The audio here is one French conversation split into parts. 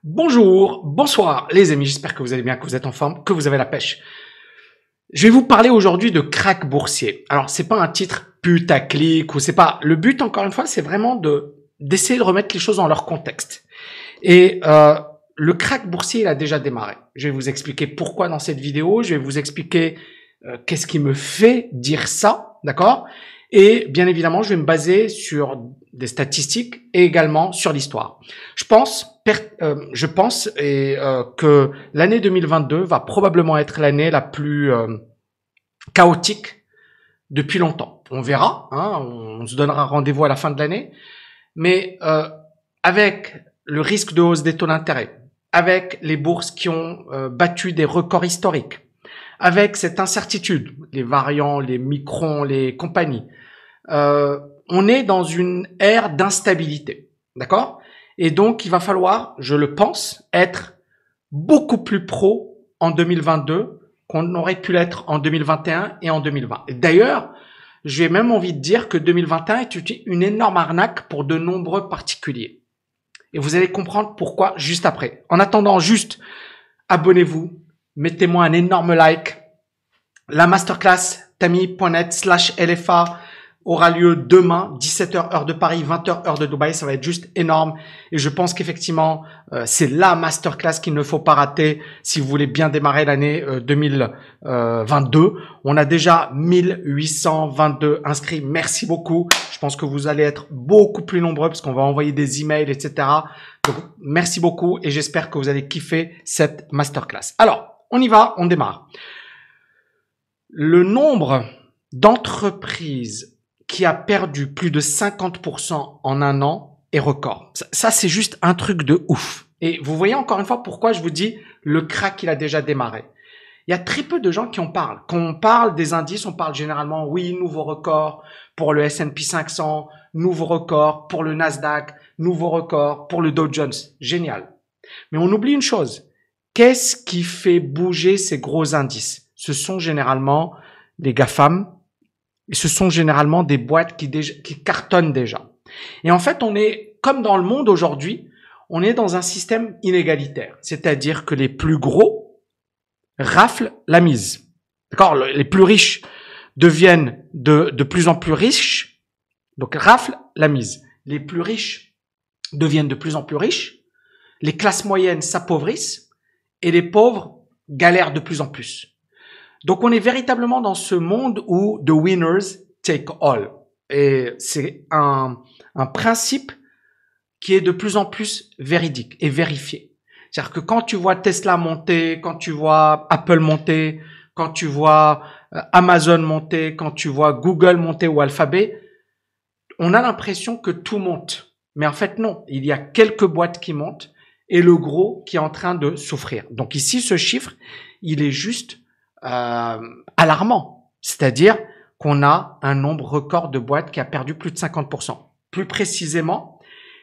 Bonjour, bonsoir les amis, j'espère que vous allez bien, que vous êtes en forme, que vous avez la pêche. Je vais vous parler aujourd'hui de crack boursier. Alors c'est pas un titre putaclic ou c'est pas... Le but encore une fois c'est vraiment d'essayer de remettre les choses dans leur contexte. Et le crack boursier il a déjà démarré. Je vais vous expliquer pourquoi dans cette vidéo, je vais vous expliquer qu'est-ce qui me fait dire ça, d'accord? Et bien évidemment je vais me baser sur des statistiques et également sur l'histoire. Je pense que l'année 2022 va probablement être l'année la plus chaotique depuis longtemps. On verra, hein, on se donnera rendez-vous à la fin de l'année, mais avec le risque de hausse des taux d'intérêt, avec les bourses qui ont battu des records historiques, avec cette incertitude, les variants, les microns, les compagnies, on est dans une ère d'instabilité, d'accord? Et donc, il va falloir, je le pense, être beaucoup plus pro en 2022 qu'on aurait pu l'être en 2021 et en 2020. Et d'ailleurs, j'ai même envie de dire que 2021 est une énorme arnaque pour de nombreux particuliers. Et vous allez comprendre pourquoi juste après. En attendant, juste abonnez-vous, mettez-moi un énorme like. La masterclass tami.net/LFA aura lieu demain, 17h heure de Paris, 20h heure de Dubaï. Ça va être juste énorme. Et je pense qu'effectivement, c'est la masterclass qu'il ne faut pas rater si vous voulez bien démarrer l'année 2022. On a déjà 1822 inscrits. Merci beaucoup. Je pense que vous allez être beaucoup plus nombreux parce qu'on va envoyer des emails, etc. Donc, merci beaucoup et j'espère que vous allez kiffer cette masterclass. Alors, on y va, on démarre. Le nombre d'entreprises qui a perdu plus de 50% en un an est record. Ça, c'est juste un truc de ouf. Et vous voyez encore une fois pourquoi je vous dis le crack, il a déjà démarré. Il y a très peu de gens qui en parlent. Quand on parle des indices, on parle généralement, oui, nouveau record pour le S&P 500, nouveau record pour le Nasdaq, nouveau record pour le Dow Jones. Génial. Mais on oublie une chose. Qu'est-ce qui fait bouger ces gros indices? Ce sont généralement les GAFAM, et ce sont généralement des boîtes qui cartonnent déjà. Et en fait, on est, comme dans le monde aujourd'hui, on est dans un système inégalitaire. C'est-à-dire que les plus gros raflent la mise. D'accord? Les plus riches deviennent de plus en plus riches, donc raflent la mise. Les plus riches deviennent de plus en plus riches, les classes moyennes s'appauvrissent et les pauvres galèrent de plus en plus. Donc, on est véritablement dans ce monde où the winners take all. Et c'est un principe qui est de plus en plus véridique et vérifié. C'est-à-dire que quand tu vois Tesla monter, quand tu vois Apple monter, quand tu vois Amazon monter, quand tu vois Google monter ou Alphabet, on a l'impression que tout monte. Mais en fait, non. Il y a quelques boîtes qui montent et le gros qui est en train de souffrir. Donc ici, ce chiffre, il est juste alarmant, c'est-à-dire qu'on a un nombre record de boîtes qui a perdu plus de 50%. Plus précisément,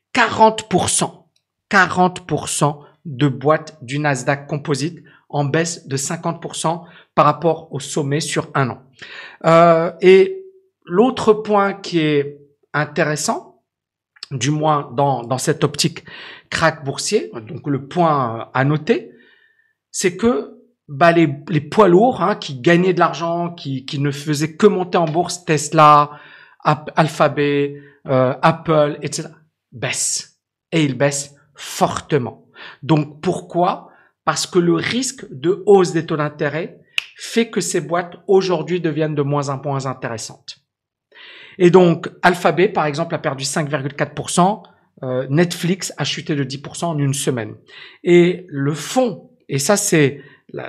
40% de boîtes du Nasdaq Composite en baisse de 50% par rapport au sommet sur un an. Et l'autre point qui est intéressant, du moins dans cette optique crack boursier, donc le point à noter, c'est que les poids lourds qui gagnaient de l'argent, qui ne faisaient que monter en bourse, Tesla, Alphabet, Apple, etc., baissent. Et ils baissent fortement. Donc pourquoi? Parce que le risque de hausse des taux d'intérêt fait que ces boîtes aujourd'hui deviennent de moins en moins intéressantes. Et donc Alphabet, par exemple, a perdu 5,4%, Netflix a chuté de 10% en une semaine. Et le fonds, et ça c'est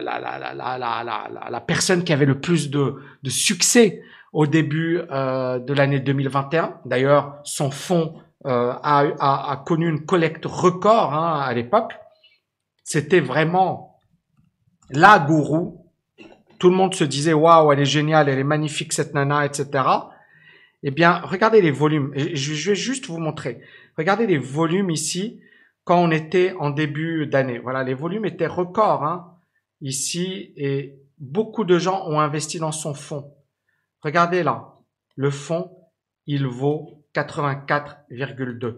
la personne qui avait le plus de succès au début de l'année 2021. D'ailleurs, son fonds a connu une collecte record à l'époque. C'était vraiment la gourou. Tout le monde se disait waouh, elle est géniale, elle est magnifique cette nana, etc. Eh bien, regardez les volumes. Je vais juste vous montrer. Regardez les volumes ici quand on était en début d'année. Voilà, les volumes étaient records ici et beaucoup de gens ont investi dans son fonds. Regardez là, le fonds, il vaut 84,2.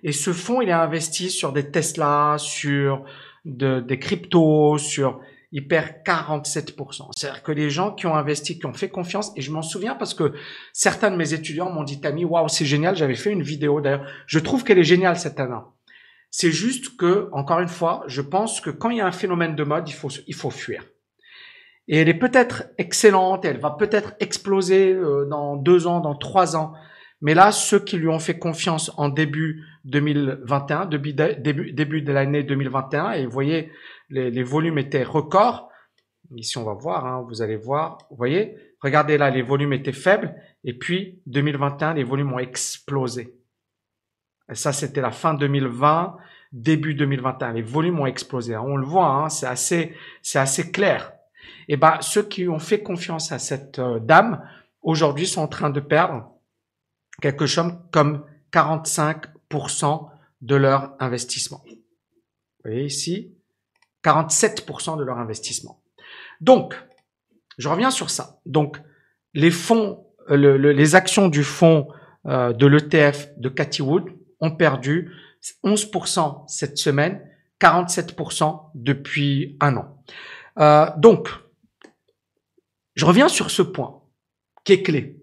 Et ce fonds, il est investi sur des Tesla, sur des cryptos, il perd 47%. C'est-à-dire que les gens qui ont investi, qui ont fait confiance, et je m'en souviens parce que certains de mes étudiants m'ont dit, Tammy, waouh, c'est génial, j'avais fait une vidéo d'ailleurs. Je trouve qu'elle est géniale cette année. C'est juste que, encore une fois, je pense que quand il y a un phénomène de mode, il faut fuir. Et elle est peut-être excellente, elle va peut-être exploser dans 2 ans, dans 3 ans. Mais là, ceux qui lui ont fait confiance en début 2021, début de l'année 2021, et vous voyez, les volumes étaient records. Ici, on va voir, hein, vous allez voir, vous voyez, regardez là, les volumes étaient faibles, et puis 2021, les volumes ont explosé. Et ça, c'était la fin 2020, début 2021, les volumes ont explosé. On le voit, hein, c'est assez clair. Et ben, ceux qui ont fait confiance à cette dame, aujourd'hui, sont en train de perdre quelque chose comme 45% de leur investissement. Vous voyez ici, 47% de leur investissement. Donc, je reviens sur ça. Donc, les fonds, les actions du fonds de l'ETF de Cathie Wood ont perdu 11% cette semaine, 47% depuis un an. Donc, je reviens sur ce point qui est clé.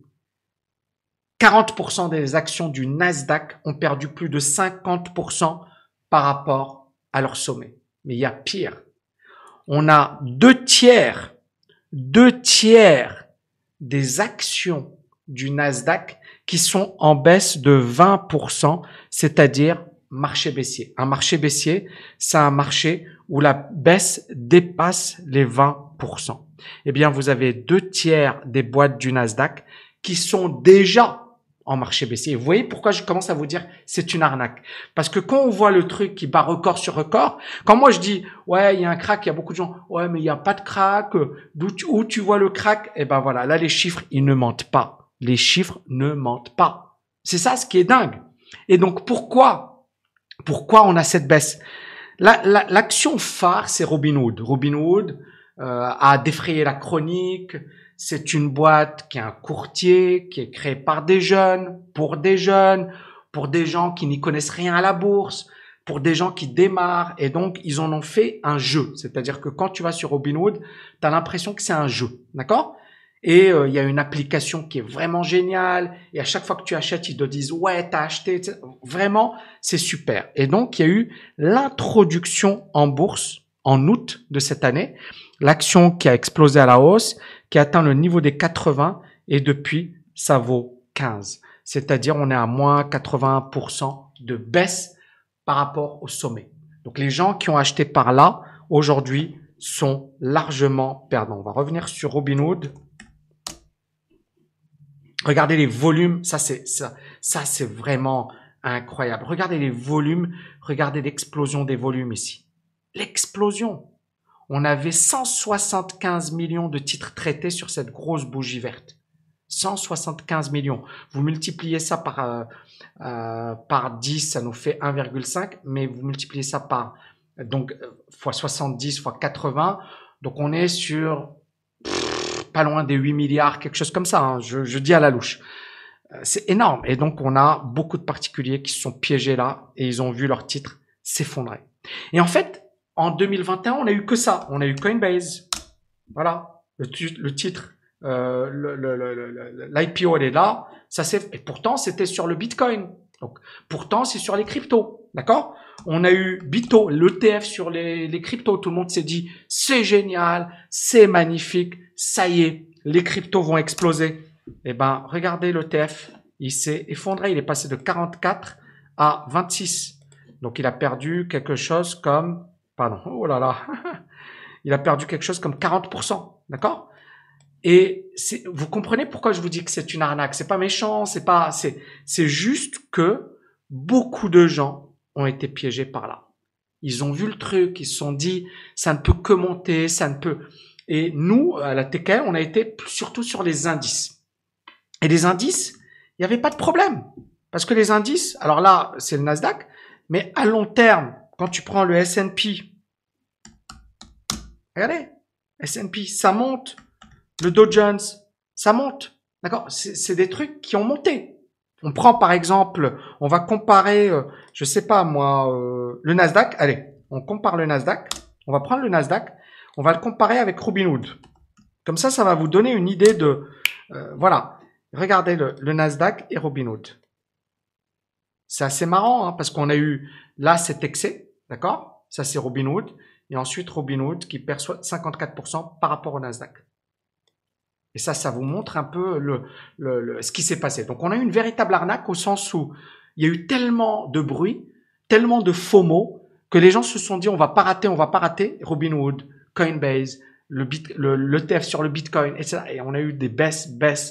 40% des actions du Nasdaq ont perdu plus de 50% par rapport à leur sommet. Mais il y a pire. On a 2/3 des actions du Nasdaq qui sont en baisse de 20%, c'est-à-dire marché baissier. Un marché baissier, c'est un marché où la baisse dépasse les 20%. Eh bien, vous avez 2/3 des boîtes du Nasdaq qui sont déjà en marché baissier. Vous voyez pourquoi je commence à vous dire c'est une arnaque. Parce que quand on voit le truc qui bat record sur record, quand moi je dis ouais il y a un crack, il y a beaucoup de gens ouais mais il n'y a pas de crack, où tu vois le crack, et ben voilà, là les chiffres ils ne mentent pas. Les chiffres ne mentent pas. C'est ça ce qui est dingue. Et donc pourquoi on a cette baisse? L'action phare c'est Robinhood. Robinhood a défrayé la chronique. C'est une boîte qui est un courtier, qui est créé par des jeunes, pour des gens qui n'y connaissent rien à la bourse, pour des gens qui démarrent. Et donc, ils en ont fait un jeu. C'est-à-dire que quand tu vas sur Robinhood, tu as l'impression que c'est un jeu. D'accord? Et il y a une application qui est vraiment géniale. Et à chaque fois que tu achètes, ils te disent « Ouais, t'as acheté. » Vraiment, c'est super. Et donc, il y a eu l'introduction en bourse en août de cette année. L'action qui a explosé à la hausse, qui a atteint le niveau des 80 et depuis, ça vaut 15. C'est-à-dire, on est à moins 80% de baisse par rapport au sommet. Donc, les gens qui ont acheté par là, aujourd'hui, sont largement perdants. On va revenir sur Robinhood. Regardez les volumes. Ça, c'est vraiment incroyable. Regardez les volumes. Regardez l'explosion des volumes ici. L'explosion. On avait 175 millions de titres traités sur cette grosse bougie verte. 175 millions. Vous multipliez ça par 10, ça nous fait 1,5, mais vous multipliez ça par donc fois 70, fois 80, donc on est sur pas loin des 8 milliards, quelque chose comme ça, hein, je dis à la louche. C'est énorme. Et donc on a beaucoup de particuliers qui se sont piégés là et ils ont vu leur titre s'effondrer. Et en fait, en 2021, on a eu que ça. On a eu Coinbase. Voilà. Le titre, l'IPO, elle est là. Et pourtant, c'était sur le Bitcoin. Donc, pourtant, c'est sur les cryptos. D'accord? On a eu Bito, l'ETF sur les cryptos. Tout le monde s'est dit, c'est génial, c'est magnifique. Ça y est, les cryptos vont exploser. Eh ben, regardez l'ETF. Il s'est effondré. Il est passé de 44 à 26. Donc, il a perdu quelque chose comme pardon, oh là là, il a perdu quelque chose comme 40%, d'accord? Et vous comprenez pourquoi je vous dis que c'est une arnaque? C'est pas méchant, c'est juste que beaucoup de gens ont été piégés par là. Ils ont vu le truc, ils se sont dit, ça ne peut que monter, ça ne peut. Et nous, à la TKL, on a été surtout sur les indices. Et les indices, il n'y avait pas de problème. Parce que les indices, alors là, c'est le Nasdaq, mais à long terme, quand tu prends le S&P, regardez, S&P, ça monte. Le Dow Jones, ça monte. D'accord? C'est des trucs qui ont monté. On prend par exemple, on va comparer, je sais pas moi, le Nasdaq. Allez, on compare le Nasdaq. On va prendre le Nasdaq. On va le comparer avec Robinhood. Comme ça va vous donner une idée de, voilà. Regardez le Nasdaq et Robinhood. C'est assez marrant, hein, parce qu'on a eu là cet excès, d'accord? Ça c'est Robinhood. Et ensuite Robinhood qui perçoit 54% par rapport au Nasdaq. Et ça vous montre un peu ce qui s'est passé. Donc, on a eu une véritable arnaque au sens où il y a eu tellement de bruit, tellement de faux mots, que les gens se sont dit, on va pas rater Robinhood, Coinbase, l'ETF sur le Bitcoin, etc. Et on a eu des baisses.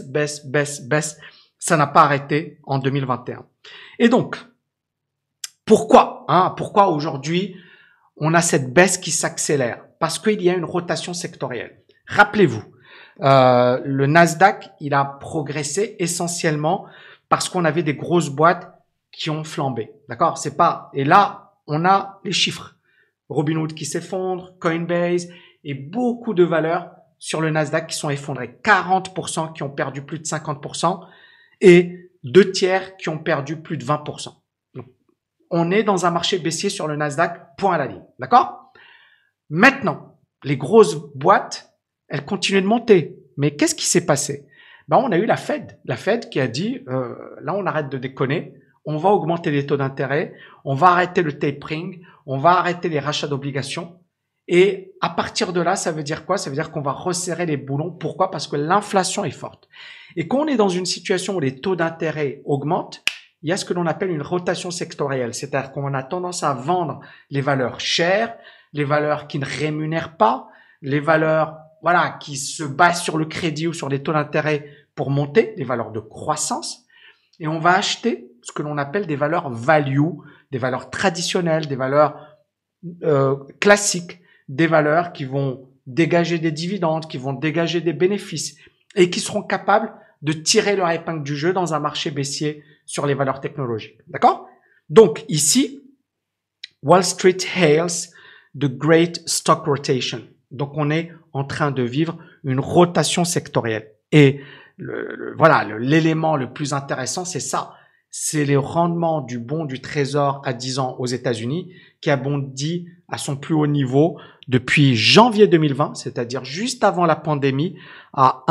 Ça n'a pas arrêté en 2021. Et donc, pourquoi aujourd'hui, on a cette baisse qui s'accélère? Parce qu'il y a une rotation sectorielle. Rappelez-vous, le Nasdaq, il a progressé essentiellement parce qu'on avait des grosses boîtes qui ont flambé. D'accord? C'est pas, et là, on a les chiffres. Robinhood qui s'effondre, Coinbase et beaucoup de valeurs sur le Nasdaq qui sont effondrées. 40% qui ont perdu plus de 50% et 2/3 qui ont perdu plus de 20%. Donc, on est dans un marché baissier sur le Nasdaq, point à la ligne. D'accord? Maintenant, les grosses boîtes, elles continuent de monter. Mais qu'est-ce qui s'est passé? On a eu la Fed. La Fed qui a dit, là, on arrête de déconner. On va augmenter les taux d'intérêt. On va arrêter le tapering. On va arrêter les rachats d'obligations. Et à partir de là, ça veut dire quoi? Ça veut dire qu'on va resserrer les boulons. Pourquoi? Parce que l'inflation est forte. Et quand on est dans une situation où les taux d'intérêt augmentent, il y a ce que l'on appelle une rotation sectorielle. C'est-à-dire qu'on a tendance à vendre les valeurs chères, les valeurs qui ne rémunèrent pas, les valeurs qui se basent sur le crédit ou sur les taux d'intérêt pour monter, des valeurs de croissance. Et on va acheter ce que l'on appelle des valeurs value, des valeurs traditionnelles, des valeurs classiques, des valeurs qui vont dégager des dividendes, qui vont dégager des bénéfices et qui seront capables de tirer leur épingle du jeu dans un marché baissier sur les valeurs technologiques. D'accord? Donc ici, Wall Street hails the Great Stock Rotation. Donc, on est en train de vivre une rotation sectorielle. Et l'élément le plus intéressant, c'est ça. C'est les rendements du bond du Trésor à 10 ans aux États-Unis qui a bondi à son plus haut niveau depuis janvier 2020, c'est-à-dire juste avant la pandémie, à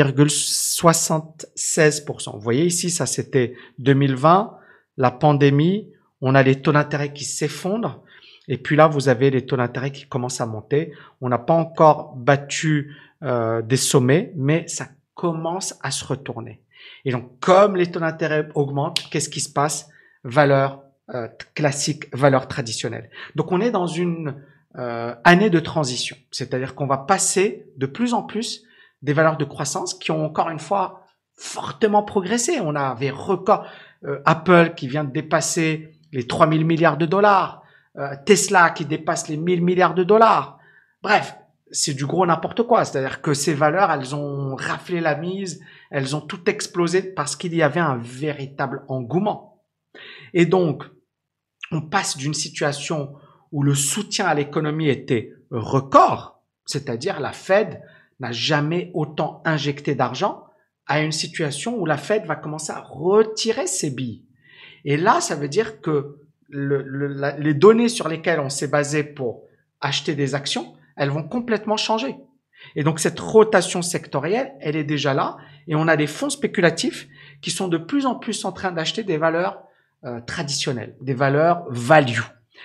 1,76%. Vous voyez ici, ça c'était 2020, la pandémie, on a les taux d'intérêt qui s'effondrent. Et puis là, vous avez les taux d'intérêt qui commencent à monter. On n'a pas encore battu des sommets, mais ça commence à se retourner. Et donc, comme les taux d'intérêt augmentent, qu'est-ce qui se passe? Valeur classique, valeur traditionnelle. Donc, on est dans une année de transition. C'est-à-dire qu'on va passer de plus en plus des valeurs de croissance qui ont encore une fois fortement progressé. On avait record Apple qui vient de dépasser les 3000 milliards de dollars. Tesla qui dépasse les 1000 milliards de dollars. Bref, c'est du gros n'importe quoi. C'est-à-dire que ces valeurs, elles ont raflé la mise, elles ont tout explosé parce qu'il y avait un véritable engouement. Et donc, on passe d'une situation où le soutien à l'économie était record, c'est-à-dire la Fed n'a jamais autant injecté d'argent, à une situation où la Fed va commencer à retirer ses billes. Et là, ça veut dire que les données sur lesquelles on s'est basé pour acheter des actions, elles vont complètement changer. Et donc, cette rotation sectorielle, elle est déjà là. Et on a des fonds spéculatifs qui sont de plus en plus en train d'acheter des valeurs traditionnelles, des valeurs value.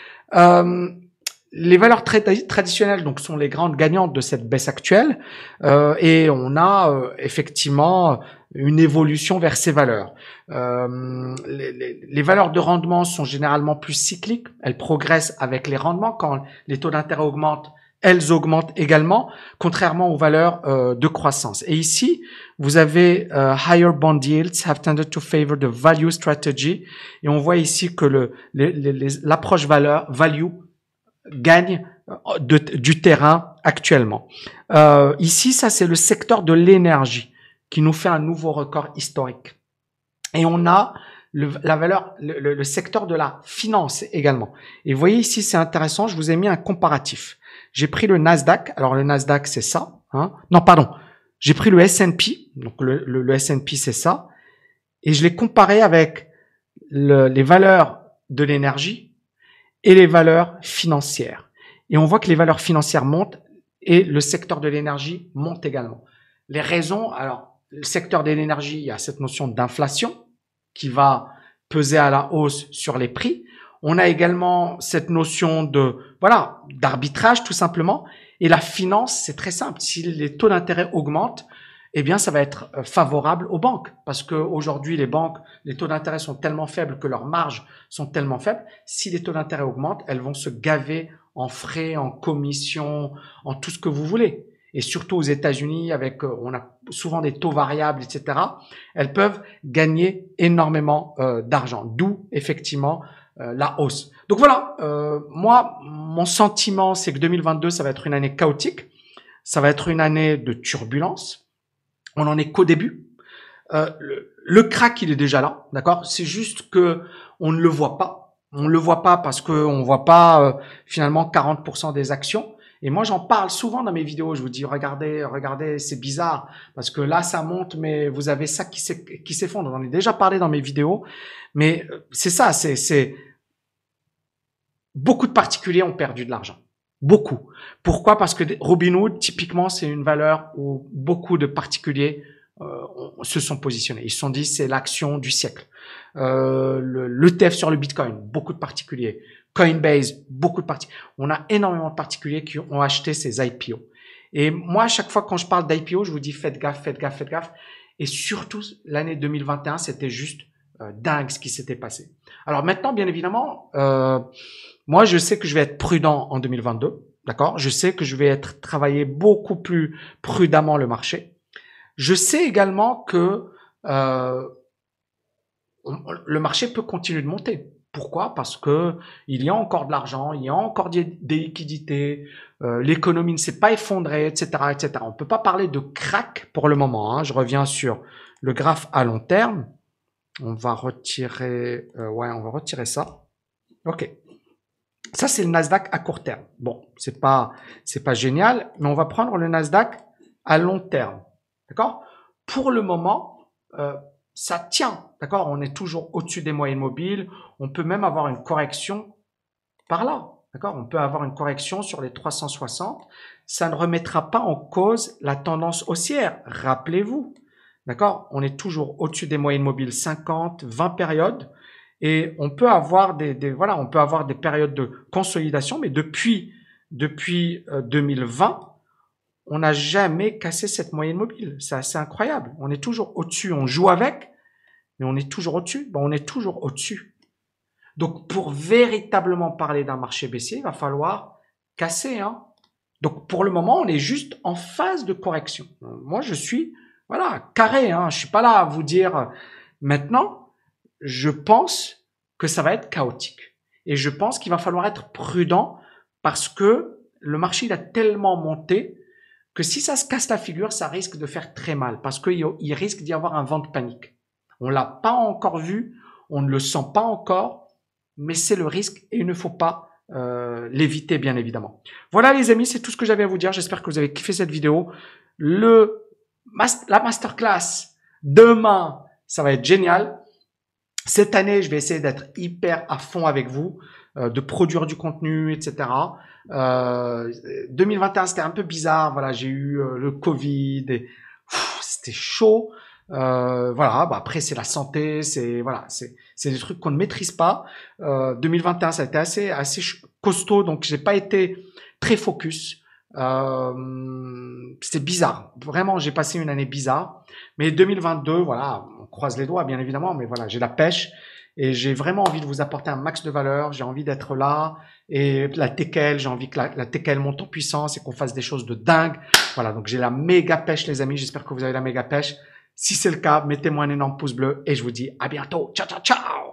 Les valeurs traditionnelles donc sont les grandes gagnantes de cette baisse actuelle et on a effectivement une évolution vers ces valeurs. Les valeurs de rendement sont généralement plus cycliques, elles progressent avec les rendements. Quand les taux d'intérêt augmentent, elles augmentent également, contrairement aux valeurs de croissance. Et ici, vous avez higher bond yields have tended to favor the value strategy. Et on voit ici que l'approche value gagne du terrain actuellement. Ici, ça c'est le secteur de l'énergie qui nous fait un nouveau record historique. Et on a le secteur de la finance également. Et vous voyez ici, c'est intéressant, je vous ai mis un comparatif. J'ai pris le Nasdaq, alors le Nasdaq c'est ça, hein. Non pardon, j'ai pris le S&P, donc le S&P c'est ça, et je l'ai comparé avec les valeurs de l'énergie et les valeurs financières. Et on voit que les valeurs financières montent et le secteur de l'énergie monte également. Les raisons, alors, le secteur de l'énergie, il y a cette notion d'inflation qui va peser à la hausse sur les prix. On a également cette notion de, voilà, d'arbitrage tout simplement. Et la finance, c'est très simple. Si les taux d'intérêt augmentent, eh bien, ça va être favorable aux banques parce que aujourd'hui, les banques, les taux d'intérêt sont tellement faibles que leurs marges sont tellement faibles. Si les taux d'intérêt augmentent, elles vont se gaver en frais, en commissions, en tout ce que vous voulez. Et surtout aux États-Unis, avec on a souvent des taux variables, etc. Elles peuvent gagner énormément d'argent. D'où effectivement la hausse. Donc voilà, moi, mon sentiment, c'est que 2022, ça va être une année chaotique. Ça va être une année de turbulence. On n'en est qu'au début. Le crack, il est déjà là, d'accord? C'est juste que on ne le voit pas. On ne le voit pas parce que on voit pas finalement 40% des actions. Et moi, j'en parle souvent dans mes vidéos. Je vous dis, regardez, regardez, c'est bizarre parce que là, ça monte, mais vous avez ça qui s'effondre. J'en ai déjà parlé dans mes vidéos, mais c'est ça, c'est beaucoup de particuliers ont perdu de l'argent. Beaucoup. Pourquoi? Parce que Robinhood, typiquement, c'est une valeur où beaucoup de particuliers se sont positionnés. Ils se sont dit, c'est l'action du siècle. L'ETF sur le Bitcoin, beaucoup de particuliers. Coinbase, beaucoup de particuliers. On a énormément de particuliers qui ont acheté ces IPO. Et moi, à chaque fois quand je parle d'IPO, je vous dis faites gaffe, faites gaffe, faites gaffe. Et surtout, l'année 2021, c'était juste dingue ce qui s'était passé. Alors maintenant, bien évidemment, moi, je sais que je vais être prudent en 2022. D'accord? Je sais que je vais travailler beaucoup plus prudemment le marché. Je sais également que le marché peut continuer de monter. Pourquoi? Parce que il y a encore de l'argent, il y a encore des liquidités, l'économie ne s'est pas effondrée, etc., etc. On peut pas parler de crack pour le moment. Hein. Je reviens sur le graphe à long terme. On va retirer, on va retirer ça. Ok. Ça c'est le Nasdaq à court terme. Bon, c'est pas génial, mais on va prendre le Nasdaq à long terme. D'accord? Pour le moment, ça tient, d'accord? On est toujours au-dessus des moyennes mobiles. On peut même avoir une correction par là, d'accord? On peut avoir une correction sur les 360. Ça ne remettra pas en cause la tendance haussière. Rappelez-vous, d'accord? On est toujours au-dessus des moyennes mobiles 50, 20 périodes. Et on peut avoir on peut avoir des périodes de consolidation, mais depuis 2020, on n'a jamais cassé cette moyenne mobile. C'est assez incroyable. On est toujours au-dessus. On joue avec, mais on est toujours au-dessus. Bon, on est toujours au-dessus. Donc, pour véritablement parler d'un marché baissier, il va falloir casser. Hein. Donc, pour le moment, on est juste en phase de correction. Moi, je suis carré. Hein. Je suis pas là à vous dire maintenant. Je pense que ça va être chaotique. Et je pense qu'il va falloir être prudent parce que le marché il a tellement monté que si ça se casse la figure, ça risque de faire très mal parce qu'il risque d'y avoir un vent de panique. On l'a pas encore vu, on ne le sent pas encore, mais c'est le risque et il ne faut pas l'éviter bien évidemment. Voilà les amis, c'est tout ce que j'avais à vous dire. J'espère que vous avez kiffé cette vidéo. La masterclass demain, ça va être génial. Cette année, je vais essayer d'être hyper à fond avec vous, de produire du contenu, etc. 2021, c'était un peu bizarre. Voilà, j'ai eu le Covid, et c'était chaud. Après c'est la santé, c'est des trucs qu'on ne maîtrise pas. 2021, ça a été assez costaud, donc j'ai pas été très focus. C'était bizarre. Vraiment, j'ai passé une année bizarre. Mais 2022, voilà, on croise les doigts, bien évidemment, mais voilà, j'ai la pêche et j'ai vraiment envie de vous apporter un max de valeur. J'ai envie d'être là et la TKL, j'ai envie que la TKL monte en puissance et qu'on fasse des choses de dingue. Voilà, donc j'ai la méga pêche, les amis. J'espère que vous avez la méga pêche. Si c'est le cas, mettez-moi un énorme pouce bleu et je vous dis à bientôt. Ciao, ciao, ciao!